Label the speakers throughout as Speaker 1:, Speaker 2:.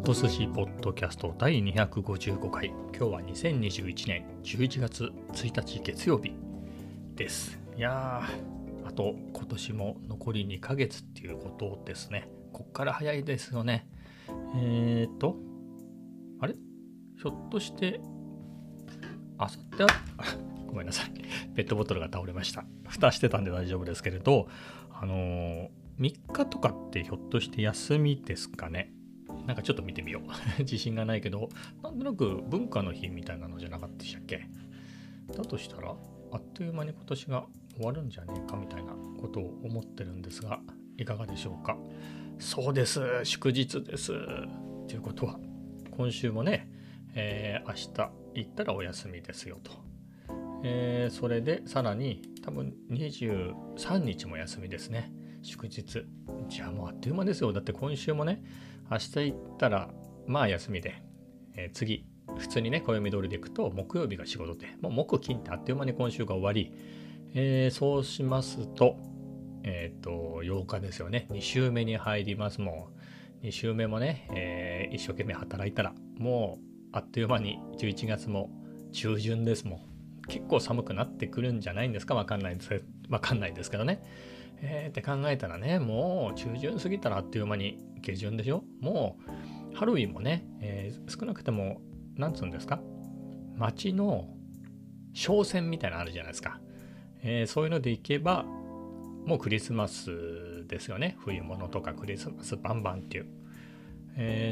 Speaker 1: と寿司ポッドキャスト第255回。今日は2021年11月1日月曜日です。いやー、あと今年も残り2ヶ月っていうことですね。こっから早いですよね。あれ？ひょっとしてあさってごめんなさい。ペットボトルが倒れました。蓋してたんで大丈夫ですけれど、3日とかってひょっとして休みですかね。なんかちょっと見てみよう。自信がないけど、なんとなく文化の日みたいなのじゃなかったでしたっけ。だとしたら、あっという間に今年が終わるんじゃねえかみたいなことを思ってるんですが、いかがでしょうか。そうです。祝日です。ということは、今週もね、明日行ったらお休みですよと。それでさらに多分23日も休みですね。祝日。じゃあもうあっという間ですよ。だって今週もね、明日行ったらまあ休みで、次普通にね暦通りで行くと木曜日が仕事で、もう木金ってあっという間に今週が終わり、そうしますと8日ですよね。2週目に入ります。もう2週目もね、一生懸命働いたらもうあっという間に11月も中旬です。もう結構寒くなってくるんじゃないんですか。わかんないですけどね。って考えたらね、もう中旬過ぎたらあっという間に下旬でしょ。もうハロウィンもね、少なくてもなんつうんですか、街の商戦みたいなのあるじゃないですか。そういうのでいけばもうクリスマスですよね。冬物とかクリスマスバンバンっていう、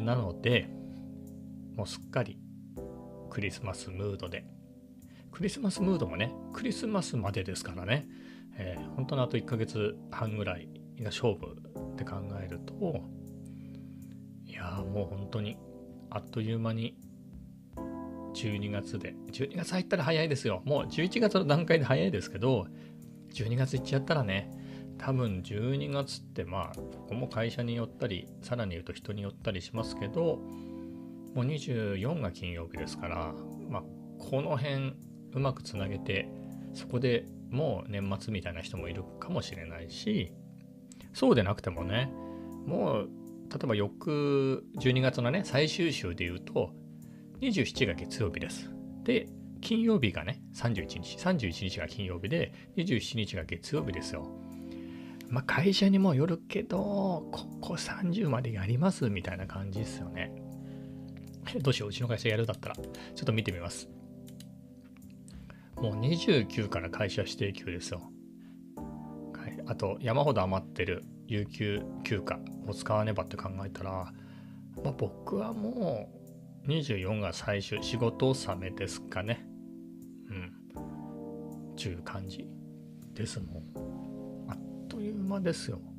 Speaker 1: なのでもうすっかりクリスマスムードで、クリスマスムードもねクリスマスまでですからね、本当のあと1ヶ月半ぐらいが勝負って考えると、いやもう本当にあっという間に12月で、12月入ったら早いですよ。もう11月の段階で早いですけど、12月行っちゃったらね、多分12月ってまあここも会社によったり、さらに言うと人によったりしますけど、もう24が金曜日ですから、まあこの辺うまくつなげて、そこでもう年末みたいな人もいるかもしれないし、そうでなくてもね、もう例えば翌12月のね最終週で言うと27が月曜日です。で金曜日がね31日が金曜日で27日が月曜日ですよ。まあ会社にもよるけど、ここ30までやりますみたいな感じですよね。どうしよう、うちの会社やるだったらちょっと見てみます。もう29から会社指定休ですよ。あと山ほど余ってる有給休暇を使わねばって考えたら、まあ、僕はもう24が最終仕事納めですかね。ちゅう感じですもん。あっという間ですよ。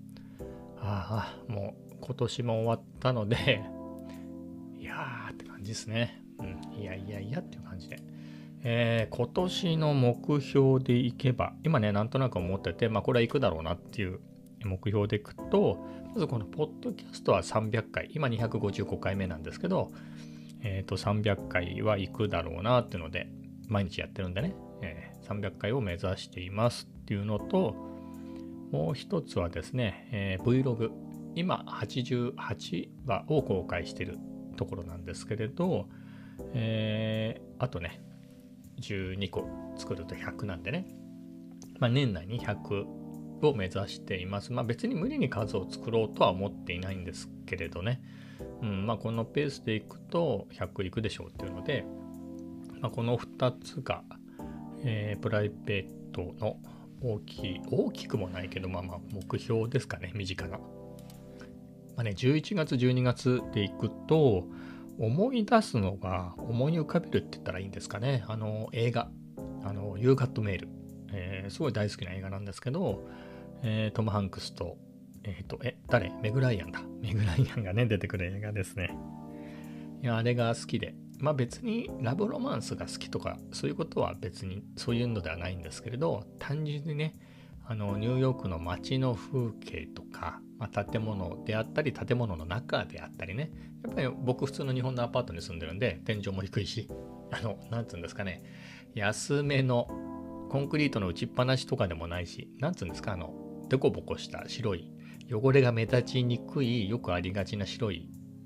Speaker 1: もう今年も終わったので、いやーって感じですね。いやっていう感じで。今年の目標でいけば、今ねなんとなく思ってて、これは行くだろうなっていう目標でいくと、まずこのポッドキャストは300回、今255回目なんですけど、300回は行くだろうなっていうので毎日やってるんでね、300回を目指していますっていうのと、もう一つはですね、Vlog 今88話を公開しているところなんですけれど、あとね12個作ると100なんでね、年内に100を目指しています。別に無理に数を作ろうとは思っていないんですけれどね、このペースでいくと100いくでしょうっていうので、この2つが、プライベートの大きくもないけど目標ですかね。身近な、11月12月でいくと思い出すのが、思い浮かべるって言ったらいいんですかね。映画ユーガットメール、すごい大好きな映画なんですけど、トム・ハンクスとメグライアンがね出てくる映画ですね。いやあれが好きで、別にラブロマンスが好きとかそういうことは別にそういうのではないんですけれど、単純にねニューヨークの街の風景とか、建物であったり建物の中であったりね、やっぱり僕普通の日本のアパートに住んでるんで天井も低いし、なんつうんですかね、安めのコンクリートの打ちっぱなしとかでもないし、なんつうんですか、デコボコした白い汚れが目立ちにくいよくありがちな白い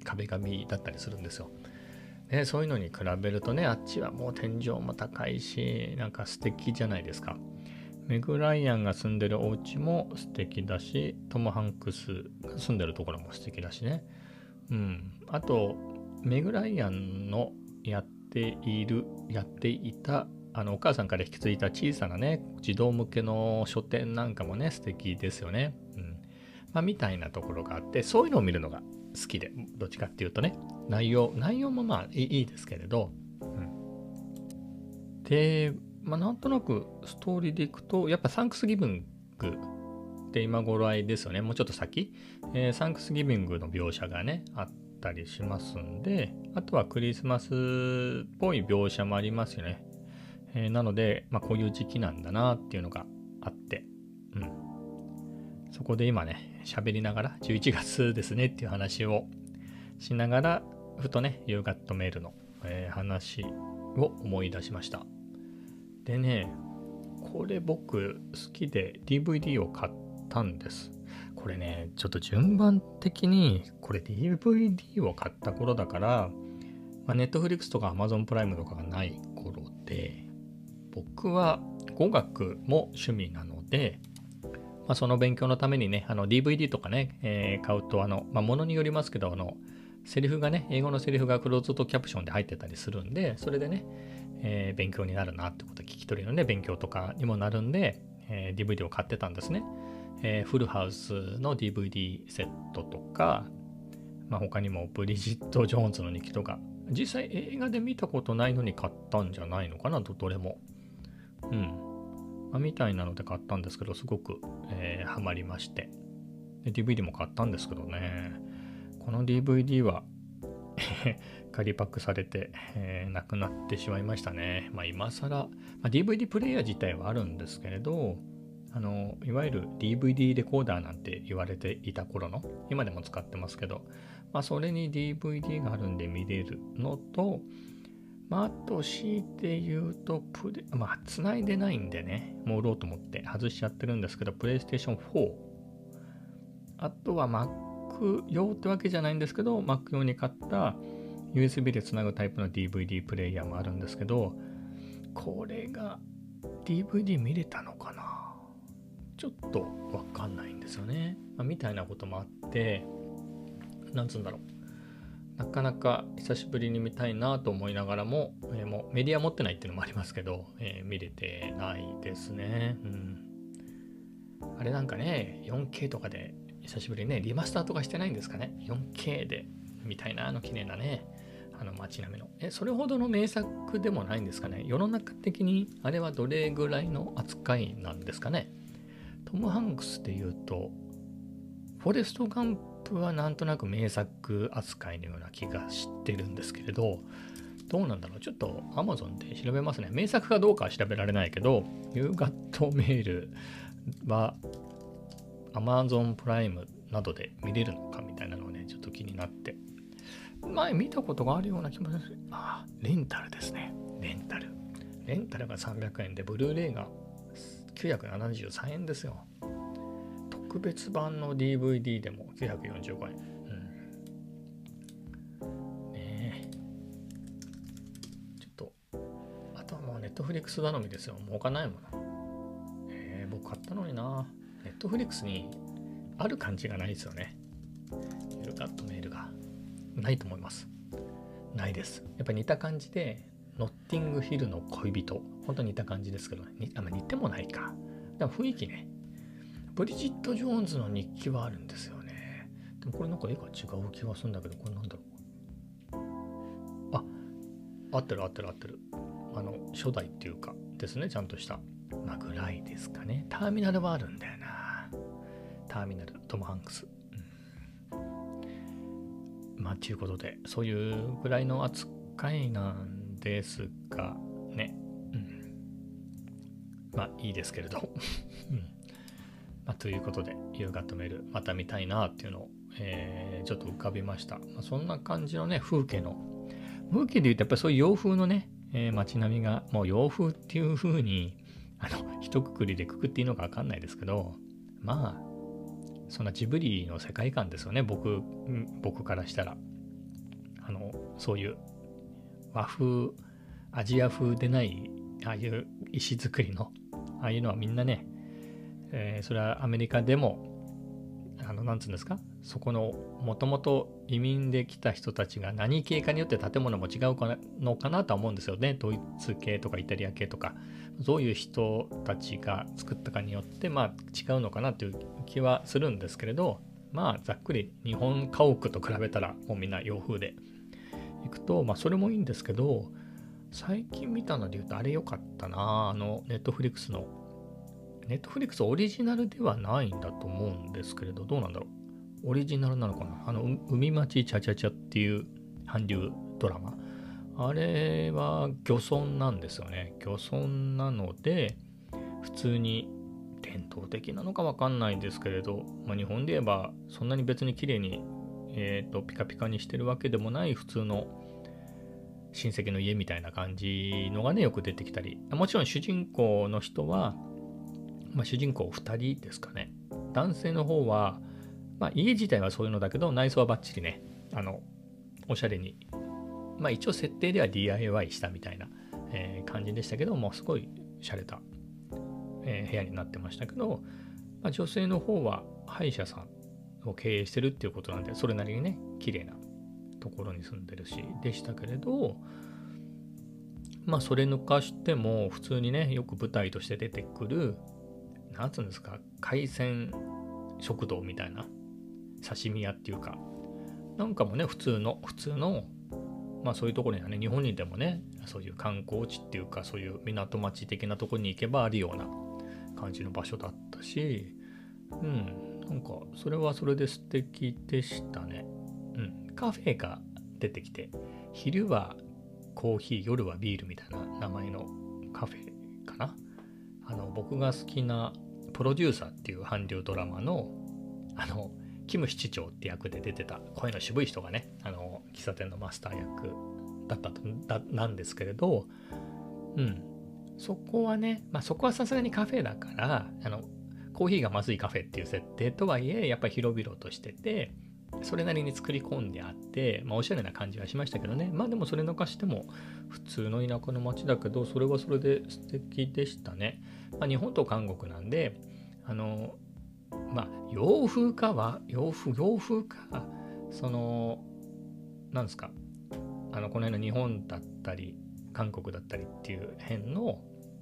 Speaker 1: 壁紙だったりするんですよ。でそういうのに比べるとね、あっちはもう天井も高いし、なんか素敵じゃないですか。メグ・ライアンが住んでるお家も素敵だし、トム・ハンクスが住んでるところも素敵だしね。あとメグ・ライアンのやっていたお母さんから引き継いだ小さなね児童向けの書店なんかもね素敵ですよね。みたいなところがあって、そういうのを見るのが好きで、どっちかっていうとね、内容もまあいいですけれど、で、なんとなくストーリーでいくと、やっぱサンクスギビングって今頃合いですよね。もうちょっと先、サンクスギビングの描写がねあったりしますんで、あとはクリスマスっぽい描写もありますよね。なので、こういう時期なんだなっていうのがあって、そこで今ね喋りながら11月ですねっていう話をしながら、ふとねユーガットメールの、話を思い出しました。でね、これ僕好きで DVD を買ったんです。これねちょっと順番的にこれ DVD を買った頃だから、Netflix とか Amazon プライムとかがない頃で、僕は語学も趣味なので、その勉強のためにね、DVD とかね、買うと、ものによりますけど、セリフがね、英語のセリフがクローズドキャプションで入ってたりするんで、それでね、勉強になるなってこと、聞き取りのね、勉強とかにもなるんで、DVD を買ってたんですね。フルハウスの DVD セットとか、他にもブリジット・ジョーンズの日記とか、実際映画で見たことないのに買ったんじゃないのかな、どれも。みたいなので買ったんですけど、すごく、ハマりまして、で DVD も買ったんですけどね、この DVD は仮パックされて、なくなってしまいましたね。今更、DVD プレイヤー自体はあるんですけれど、いわゆる DVD レコーダーなんて言われていた頃の、今でも使ってますけど、それに DVD があるんで見れるのと、あと強いて言うと繋いでないんでね、もう売ろうと思って外しちゃってるんですけど、プレイステーション4、あとは Mac 用ってわけじゃないんですけど、Mac 用に買った USB でつなぐタイプの DVD プレイヤーもあるんですけど、これが DVD 見れたのかな、ちょっとわかんないんですよね。みたいなこともあって、なんつうんだろう、なかなか久しぶりに見たいなと思いながらも、もうメディア持ってないっていうのもありますけど、見れてないですね。あれなんかね、4K とかで久しぶりにね、リマスターとかしてないんですかね。4K で見たいな、綺麗なね、街並みの。それほどの名作でもないんですかね。世の中的にあれはどれぐらいの扱いなんですかね。トム・ハンクスで言うと、フォレスト・ガンプはなんとなく名作扱いのような気がしてるんですけれど、どうなんだろう、ちょっと Amazon で調べますね。名作かどうかは調べられないけど、ユーガットメールは Amazon プライムなどで見れるのかみたいなのをね、ちょっと気になって、前見たことがあるような気もする。レンタルですね。レンタルが300円で、ブルーレイが973円ですよ。特別版の DVD でも945円。ちょっと、あとはもう Netflix 頼みですよ。もう他ないもの。僕買ったのにな。Netflix にある感じがないですよね。ユーガットメールがないと思います。ないです。やっぱり似た感じで、ノッティングヒルの恋人。本当に似た感じですけどね。似てもないか。でも雰囲気ね。ブリジット・ジョーンズの日記はあるんですよね。でもこれなんか絵が違う気がするんだけど、これなんだろう。合ってる。初代っていうかですね、ちゃんとした。ぐらいですかね。ターミナルはあるんだよな。ターミナル、トム・ハンクス。ということで、そういうぐらいの扱いなんですが、ね。いいですけれど。ということで、ユーガットメール、また見たいなっていうのを、ちょっと浮かびました。そんな感じのね、風景で言うと、やっぱりそういう洋風のね、街並みが、もう洋風っていう風に、一括りでくくっていいのか分かんないですけど、そんなジブリの世界観ですよね、僕からしたら。 そういう和風、アジア風でないああいう石造りのああいうのはみんなね、それはアメリカでもなんつうんですか、そこのもともと移民で来た人たちが何系かによって建物も違うのかなとは思うんですよね。ドイツ系とかイタリア系とか、どういう人たちが作ったかによってまあ違うのかなという気はするんですけれど、まあざっくり日本家屋と比べたらもうみんな洋風でいくと、まあそれもいいんですけど、最近見たので言うとあれ良かったな、ネットフリックスオリジナルではないんだと思うんですけれど、どうなんだろう、オリジナルなのかな。海町チャチャチャっていう韓流ドラマ、あれは漁村なんですよね。漁村なので普通に伝統的なのかわかんないんですけれど、まあ、日本で言えばそんなに別に綺麗にピカピカにしてるわけでもない普通の親戚の家みたいな感じのがねよく出てきたり、もちろん主人公の人は、まあ、主人公2人ですかね。男性の方は、まあ、家自体はそういうのだけど内装はバッチリねおしゃれに、まあ一応設定では DIY したみたいな、感じでしたけども、すごい洒落た、部屋になってましたけど、まあ、女性の方は歯医者さんを経営してるっていうことなんで、それなりにね綺麗なところに住んでるしでしたけれど、まあそれ抜かしても普通にねよく舞台として出てくる、なんつうんですか、海鮮食堂みたいな刺身屋っていうかなんかもね普通のまあそういうところにはね、日本にでもねそういう観光地っていうかそういう港町的なところに行けばあるような感じの場所だったし、なんかそれはそれで素敵でしたね。カフェが出てきて、昼はコーヒー夜はビールみたいな名前のカフェかな。僕が好きなプロデューサーっていう韓流ドラマのキム室長って役で出てた声の渋い人がね、喫茶店のマスター役だったなんですけれど、そこはね、まあそこはさすがにカフェだからコーヒーがまずいカフェっていう設定とはいえやっぱり広々としてて、それなりに作り込んであって、まあおしゃれな感じはしましたけどね。まあでもそれ抜かしても普通の田舎の町だけど、それはそれで素敵でしたね。まあ日本と韓国なんでまあ洋風かなんですか、この辺の日本だったり韓国だったりっていう辺の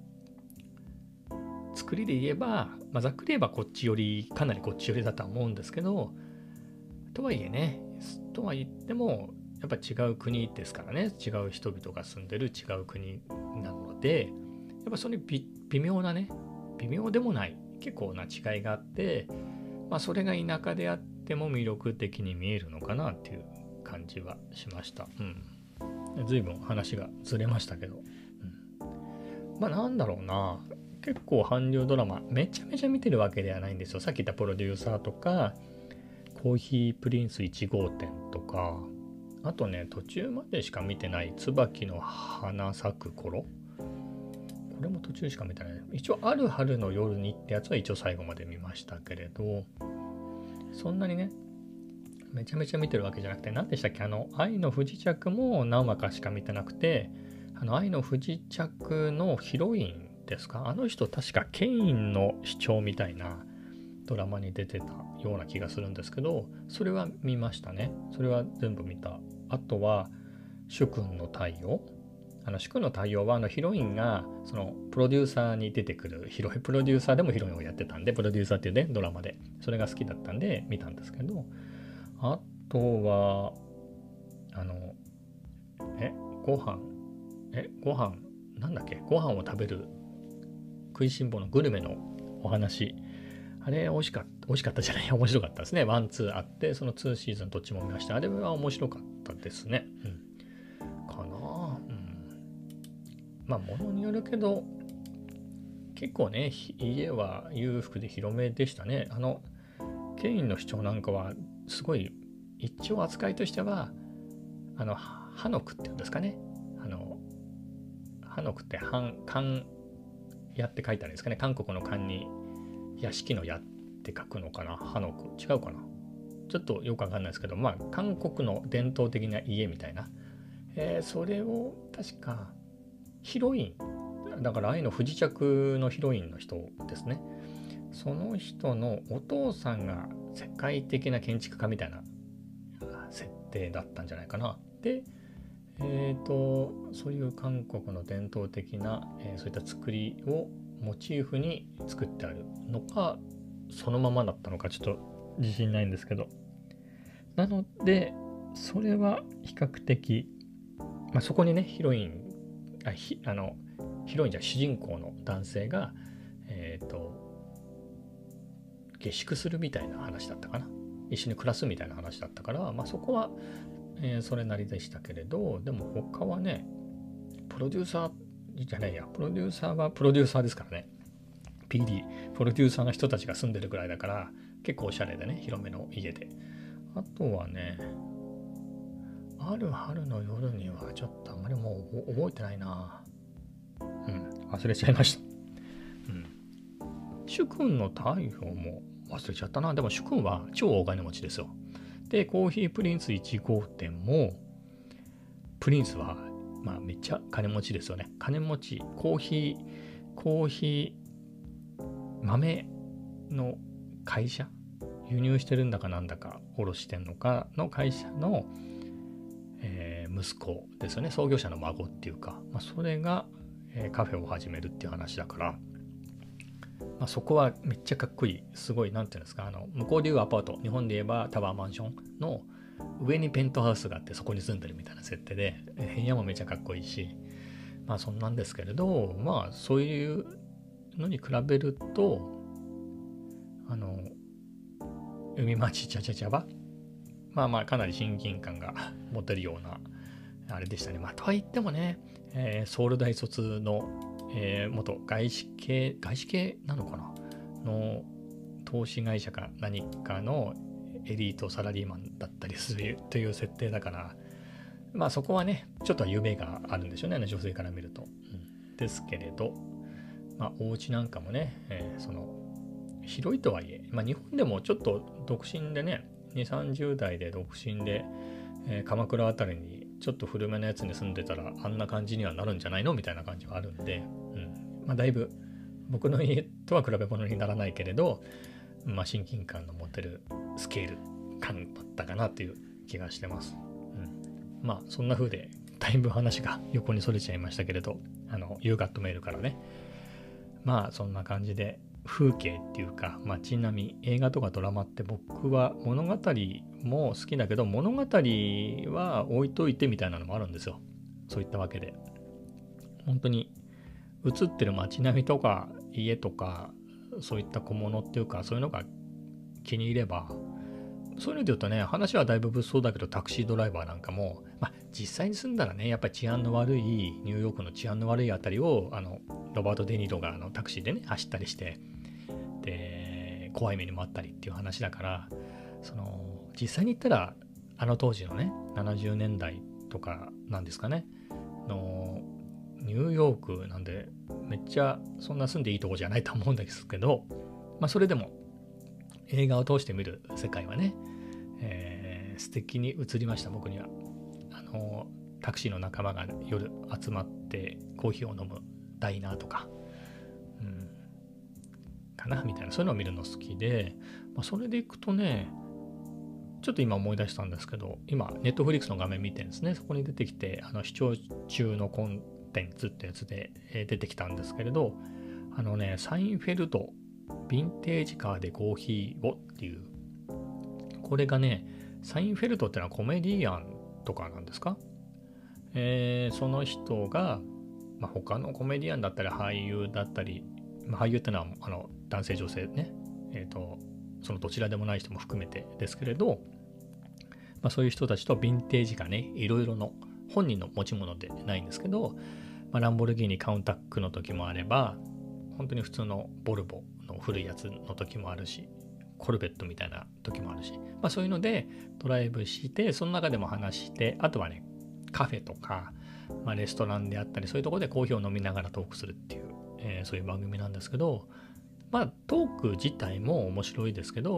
Speaker 1: 作りで言えば、まあ、ざっくり言えばかなりこっち寄りだとは思うんですけど、とはいってもやっぱ違う国ですからね、違う人々が住んでる違う国なので、やっぱそれ微妙でもない結構な違いがあって、まあそれが田舎であっても魅力的に見えるのかなっていう感じはしました。随分話がずれましたけど、まあなんだろうな、結構韓流ドラマめちゃめちゃ見てるわけではないんですよ。さっき言ったプロデューサーとかコーヒープリンス1号店とか、あとね途中までしか見てない椿の花咲く頃、これも途中しか見てない。一応ある春の夜にってやつは一応最後まで見ましたけれど、そんなにねめちゃめちゃ見てるわけじゃなくて、何でしたっけ、愛の不時着も何話かしか見てなくて、愛の不時着のヒロインですか、あの人確かケインの主張みたいなドラマに出てたような気がするんですけど、それは見ましたね。それは全部見た。あとは主君の太陽、主君の太陽はヒロインがそのプロデューサーに出てくるプロデューサーでもヒロインをやってたんで、プロデューサーっていうねドラマでそれが好きだったんで見たんですけど、あとはご飯なんだっけ、ご飯を食べる食いしん坊のグルメのお話、あれ美味しかったじゃない面白かったですね。ワンツーあって、その2シーズンどっちも見ました。あれは面白かったですね。かな。まあ物によるけど結構ね家は裕福で広めでしたね。ケインの主張なんかはすごい一応扱いとしてはハノクっていうんですかね、ハノクって漢屋って書いてあるんですかね。韓国の漢に屋敷の屋って書くのかな。ハノク違うかな、 ちょっとよくわかんないですけど、韓国の伝統的な家みたいな、それを確かヒロインだから愛の不時着のヒロインの人ですね。その人のお父さんが世界的な建築家みたいな設定だったんじゃないかな。で、そういう韓国の伝統的な、そういった作りをモチーフに作ってあるのか、そのままだったのかちょっと自信ないんですけど、なのでそれは比較的、そこにねヒロインじゃ主人公の男性が下宿するみたいな話だったかな、一緒に暮らすみたいな話だったから、そこは、それなりでしたけれど、でも他はねプロデューサーはプロデューサーですからね、 PD プロデューサーの人たちが住んでるぐらいだから結構おしゃれでね広めの家で、あとはねある春の夜にはちょっとあんまりもう覚えてないな、忘れちゃいました。主君の太陽も忘れちゃったな。でも主君は超大金持ちですよ。でコーヒープリンス1号店もプリンスはめっちゃ金持ちですよね。金持ち、コーヒー豆の会社、輸入してるんだかなんだか卸してんのかの会社の、息子ですよね。創業者の孫っていうか、それが、カフェを始めるっていう話だから、そこはめっちゃかっこいい。すごい、なんていうんですか、向こうでいうアパート、日本で言えばタワーマンションの上にペントハウスがあってそこに住んでるみたいな設定で、部屋もめっちゃかっこいいし、そんなんですけれど、そういうのに比べると海町チャチャチャはかなり親近感が持てるようなあれでしたね。とは言ってもね、ソウル大卒の、元外資系なのかなの投資会社か何かのエリートサラリーマンだったりするという設定だから、そこはねちょっとは夢があるんでしょうね、女性から見ると、ですけれど、お家なんかもね、その広いとはいえ、日本でもちょっと独身でね2、30代で独身で、鎌倉あたりにちょっと古めのやつに住んでたらあんな感じにはなるんじゃないのみたいな感じはあるんで、だいぶ僕の家とは比べ物にならないけれど、親近感の持てるスケール感だったかなという気がしてます。そんな風でだいぶ話が横にそれちゃいましたけれど、ユーガットメールからね、そんな感じで風景っていうか街並み、映画とかドラマって僕は物語も好きだけど物語は置いといてみたいなのもあるんですよ。そういったわけで本当に映ってる街並みとか家とかそういった小物っていうかそういうのが気に入れば、そういうので言うとね話はだいぶ物騒だけどタクシードライバーなんかも、実際に住んだらねやっぱり治安の悪いニューヨークの治安の悪いあたりをロバート・デ・ニーロがタクシーでね走ったりしてで怖い目にもあったりっていう話だから、実際に行ったら当時のね70年代とかなんですかねのニューヨークなんでめっちゃそんな住んでいいとこじゃないと思うんですけど、それでも映画を通して見る世界はね、素敵に映りました。僕にはタクシーの仲間が夜集まってコーヒーを飲むダイナーとか、かなみたいな、そういうのを見るの好きで、それでいくとねちょっと今思い出したんですけど、今ネットフリックスの画面見てるんですね。そこに出てきて視聴中のコンテンツってやつで出てきたんですけれど、サインフェルトヴィンテージカーでコーヒーをっていう、これがねサインフェルトってのはコメディアンとかなんですか、その人が、他のコメディアンだったり俳優だったり、俳優ってのは男性女性ね、そのどちらでもない人も含めてですけれど、そういう人たちとヴィンテージがねいろいろの本人の持ち物でないんですけど、ランボルギーニカウンタックの時もあれば本当に普通のボルボの古いやつの時もあるし、コルベットみたいな時もあるし、そういうのでドライブしてその中でも話して、あとはねカフェとか、レストランであったりそういうところでコーヒーを飲みながらトークするっていう、そういう番組なんですけど、トーク自体も面白いですけど、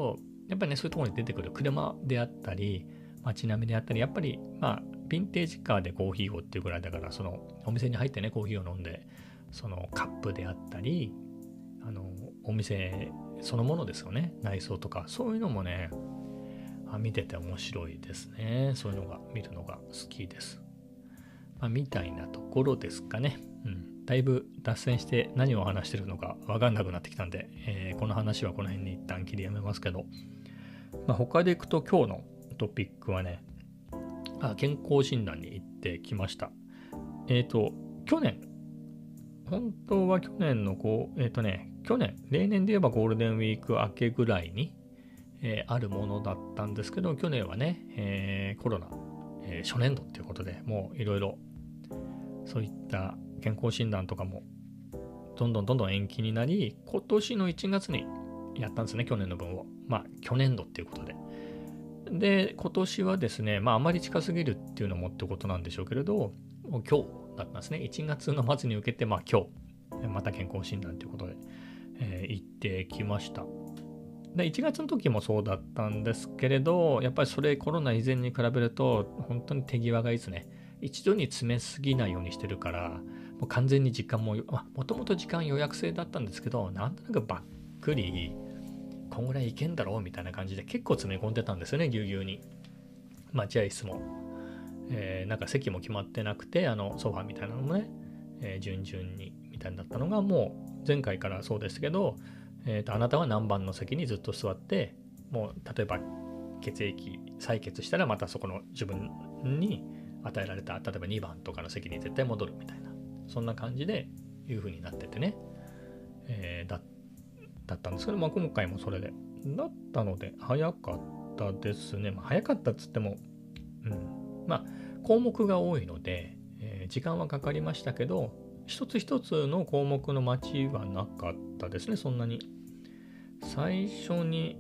Speaker 1: やっぱりね、そういうところに出てくる車であったり、街並みであったり、やっぱりヴィンテージカーでコーヒーをっていうぐらいだから、そのお店に入ってね、コーヒーを飲んで、そのカップであったり、お店そのものですよね、内装とか、そういうのもね、見てて面白いですね。そういうのが見るのが好きです。みたいなところですかね。だいぶ脱線して何を話してるのか分かんなくなってきたんで、この話はこの辺に一旦切りやめますけど、他でいくと今日のトピックはね、健康診断に行ってきました。去年、本当は去年の去年、例年で言えばゴールデンウィーク明けぐらいに、あるものだったんですけど、去年はね、コロナ、初年度っていうことでもういろいろそういった健康診断とかもどんどん延期になり、今年の1月にやったんですね、去年の分を。去年度っていうことで。で、今年はですね、あまり近すぎるっていうのもってことなんでしょうけれど、今日だったんですね。1月の末に受けて、今日、また健康診断ということで、行ってきました。で、1月の時もそうだったんですけれど、やっぱりそれコロナ以前に比べると、本当に手際がいいですね。一度に詰めすぎないようにしてるから、もう完全に時間も、もともと時間予約制だったんですけど、なんとなくばっくり、こんぐらいいけんだろうみたいな感じで結構詰め込んでたんですよね、ぎゅうぎゅうに。待合室も、なんか席も決まってなくて、ソファーみたいなのもね、順々にみたいだったのが、もう前回からそうですけど、あなたは何番の席にずっと座って、もう例えば血液採血したらまたそこの自分に与えられた、例えば2番とかの席に絶対戻るみたいな、そんな感じでいう風になっててね、だったんですけど、今回もそれでだったので早かったですね。早かったっつっても、項目が多いので、時間はかかりましたけど、一つ一つの項目の待ちはなかったですね、そんなに。最初に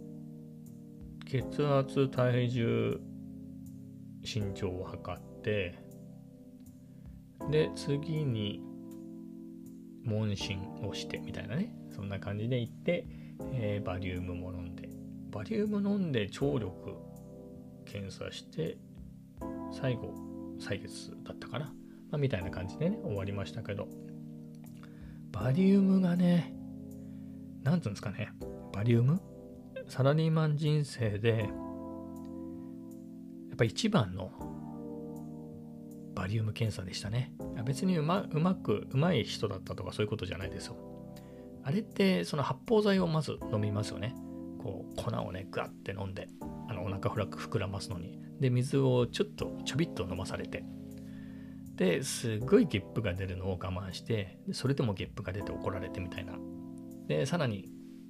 Speaker 1: 血圧、体重、身長を測って、で次に問診をしてみたいなね、そんな感じで行って、バリウムも飲んで聴力検査して、最後採血だったかな、みたいな感じでね終わりましたけど、バリウムがね、なんていうんですかね、バリウムサラリーマン人生でやっぱ一番のバリウム検査でしたね。別にうまい人だったとかそういうことじゃないですよ。あれってその発泡剤をまず飲みますよね。こう粉をねグワッて飲んで、お腹膨らますのに、で水をちょびっと飲まされて、ですごいゲップが出るのを我慢して、それでもゲップが出て怒られてみたいな。でさらに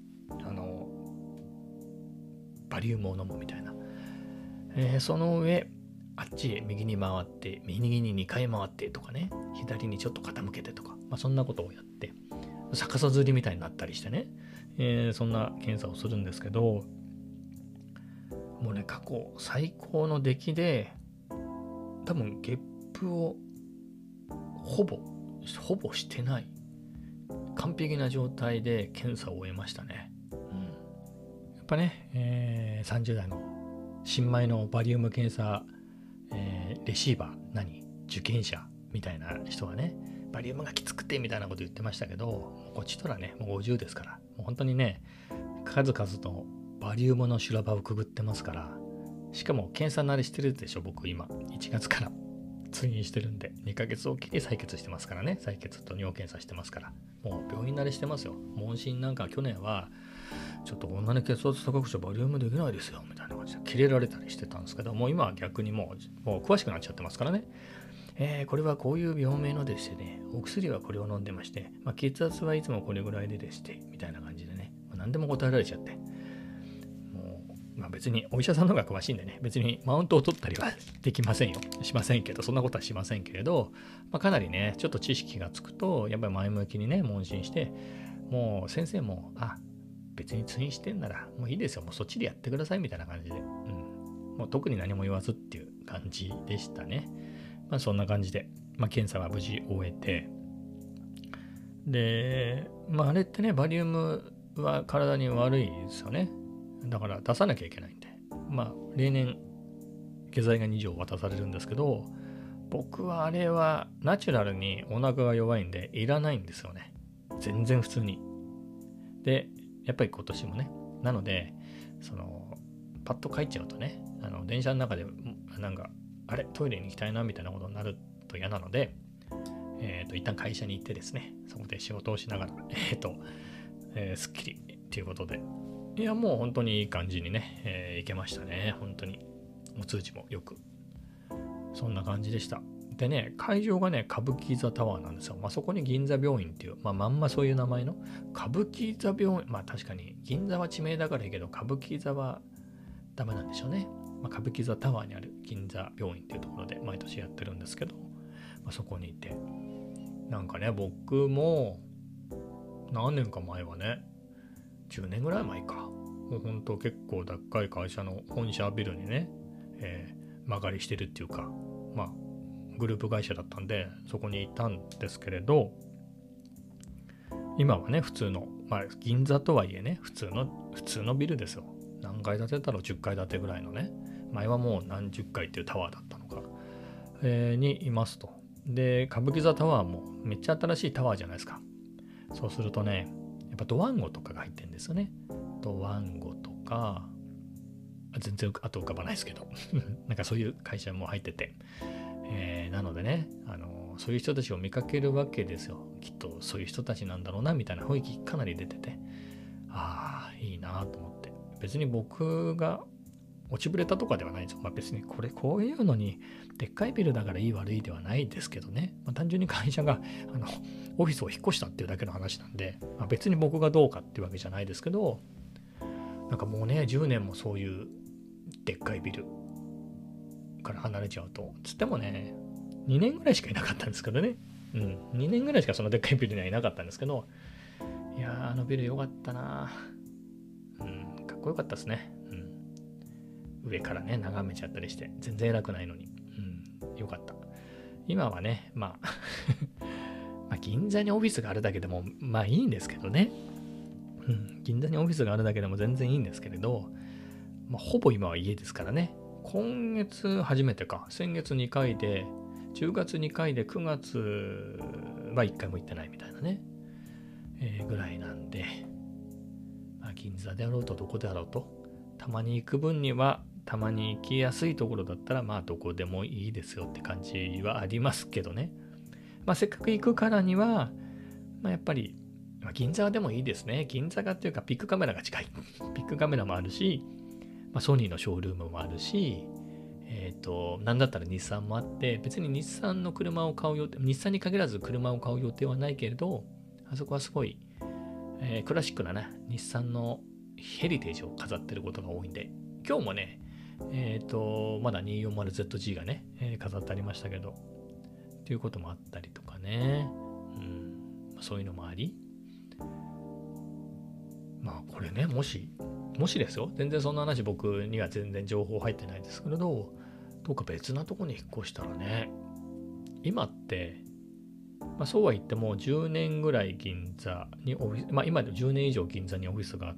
Speaker 1: バリウムを飲むみたいな、その上あっちへ右に回って、右に2回回ってとかね、左にちょっと傾けてとか、そんなことをやって逆さ吊りみたいになったりしてね、そんな検査をするんですけど、もうね、過去最高の出来で、多分ゲップをほぼしてない完璧な状態で検査を終えましたね。やっぱね、30代の新米のバリウム検査、レシーバー受験者みたいな人はね、バリウムがきつくてみたいなこと言ってましたけど、こっちとらねもう50ですから、もう本当にね数々のバリウムの修羅場をくぐってますから、しかも検査慣れしてるでしょ。僕今1月から通院してるんで、2ヶ月おきに採血してますからね、採血と尿検査してますから、もう病院慣れしてますよ。問診なんか去年はちょっとこんなに血圧高くしてバリウムできないですよみたいな感じでキレられたりしてたんですけど、もう今は逆にもう詳しくなっちゃってますからね。これはこういう病名のでしてね、お薬はこれを飲んでまして、血圧はいつもこれぐらいでしてみたいな感じでね、何でも答えられちゃって、もう別にお医者さんの方が詳しいんでね、別にマウントを取ったりはできませんよ。しませんけど、そんなことはしませんけれど、かなりねちょっと知識がつくと、やっぱり前向きにね問診して、もう先生も別に通院してんならもういいですよ、もうそっちでやってくださいみたいな感じで、もう特に何も言わずっていう感じでしたね。そんな感じで、検査は無事終えて、で、あれってね、バリウムは体に悪いですよね。 だから出さなきゃいけないんで、例年下剤が2錠渡されるんですけど、僕はあれはナチュラルにお腹が弱いんでいらないんですよね。全然普通に。で、やっぱり今年もね、なのでパッと帰っちゃうとね、電車の中であれトイレに行きたいなみたいなことになると嫌なので、一旦会社に行ってですね、そこで仕事をしながらすっきりっていうことで、いやもう本当にいい感じにね、行けましたね。本当にお通じもよく、そんな感じでした。でね、会場がね歌舞伎座タワーなんですよ。そこに銀座病院っていう、まんまそういう名前の歌舞伎座病院、確かに銀座は地名だからいいけど歌舞伎座はダメなんでしょうね。歌舞伎座タワーにある銀座病院っていうところで毎年やってるんですけど、そこにいて、僕も何年か前はね、10年ぐらい前か、もうほんと結構でっかい会社の本社ビルにね、間借りしてるっていうか、グループ会社だったんでそこにいたんですけれど、今はね普通の、銀座とはいえね普通のビルですよ。何階建てだろう、10階建てぐらいのね、前はもう何十階っていうタワーだったのか、にいますと。で歌舞伎座タワーもめっちゃ新しいタワーじゃないですか。そうするとね、やっぱドワンゴとかが入ってるんですよね。ドワンゴとか全然あと浮かばないですけどそういう会社も入ってて、なのでね、そういう人たちを見かけるわけですよ。きっとそういう人たちなんだろうなみたいな雰囲気かなり出てて、いいなと思って。別に僕が落ちぶれたとかではないんですよ。別にこういうのにでっかいビルだからいい悪いではないですけどね、単純に会社がオフィスを引っ越したっていうだけの話なんで、別に僕がどうかっていうわけじゃないですけど、もうね10年もそういうでっかいビルから離れちゃうと、つってもね2年ぐらいしかいなかったんですけどね、2年ぐらいしかそのでっかいビルにはいなかったんですけど、いやビル良かったな、かっこよかったですね。上からね眺めちゃったりして全然偉くないのに、よかった。今はね銀座にオフィスがあるだけでもいいんですけどね、銀座にオフィスがあるだけでも全然いいんですけれど、ほぼ今は家ですからね。今月初めてか、先月2回で10月2回で9月は1回も行ってないみたいなね、ぐらいなんで、銀座であろうとどこであろうと、たまに行く分にはたまに行きやすいところだったらどこでもいいですよって感じはありますけどね。せっかく行くからには、やっぱり、銀座でもいいですね。銀座がっていうかビッグカメラが近い。ビッグカメラもあるし、ソニーのショールームもあるし、なんだったら日産もあって、別に日産の車を買う予定、日産に限らず車を買う予定はないけれど、あそこはすごい、クラシックなね、日産のヘリテージを飾ってることが多いんで、今日もね、まだ 240ZG がね、飾ってありましたけど、っていうこともあったりとかね、そういうのもあり、これね、もしですよ、全然そんな話僕には全然情報入ってないですけれど、どうか別なとこに引っ越したらね、今って、そうは言っても10年ぐらい銀座にオフィス、今で10年以上銀座にオフィスがあって、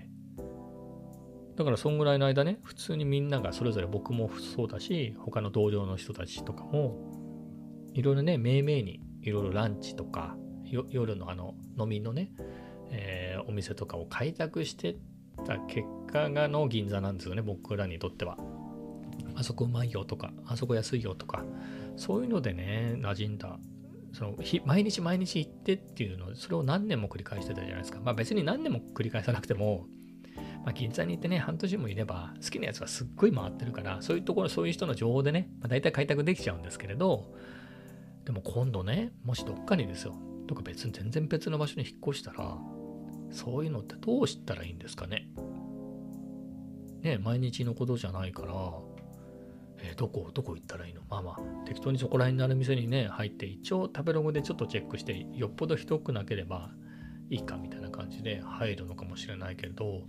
Speaker 1: だからそんぐらいの間ね、普通にみんながそれぞれ、僕もそうだし、他の同僚の人たちとかも、いろいろね、めいめいにいろいろランチとか、夜の飲みのね、お店とかを開拓してた結果がの銀座なんですよね、僕らにとっては。あそこうまいよとか、あそこ安いよとか、そういうのでね、馴染んだ。毎日行ってっていうの、それを何年も繰り返してたじゃないですか。別に何年も繰り返さなくても、銀座に行ってね、半年もいれば、好きなやつがすっごい回ってるから、そういうところ、そういう人の情報でね、大体開拓できちゃうんですけれど、でも今度ね、もしどっかにですよ、とか全然別の場所に引っ越したら、そういうのってどうしたらいいんですかね。ね、毎日のことじゃないから、どこ行ったらいいの。適当にそこら辺にある店にね、入って、一応食べログでちょっとチェックして、よっぽど人多くなければいいかみたいな感じで入るのかもしれないけど、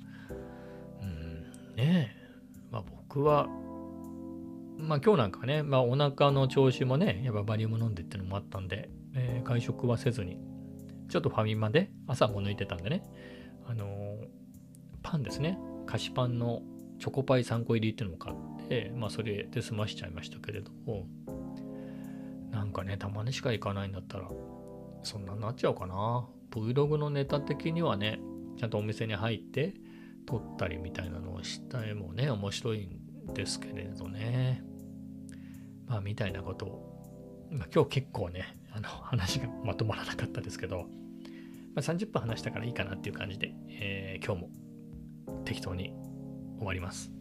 Speaker 1: 僕は、今日なんかね、お腹の調子もね、やっぱバリウム飲んでっていうのもあったんで、外食はせずに、ちょっとファミマで朝も抜いてたんでね、パンですね、 菓子パンのチョコパイ3個入りっていうのを買って、それで済ましちゃいましたけれども、なんかね、たまにしか行かないんだったら、そんなになっちゃうかな。Vlog のネタ的にはね、ちゃんとお店に入って撮ったりみたいなのをしたいもね、面白いんですけれどね。みたいなことを、今日結構ね、話がまとまらなかったですけど、30分話したからいいかなっていう感じで、今日も適当に終わります。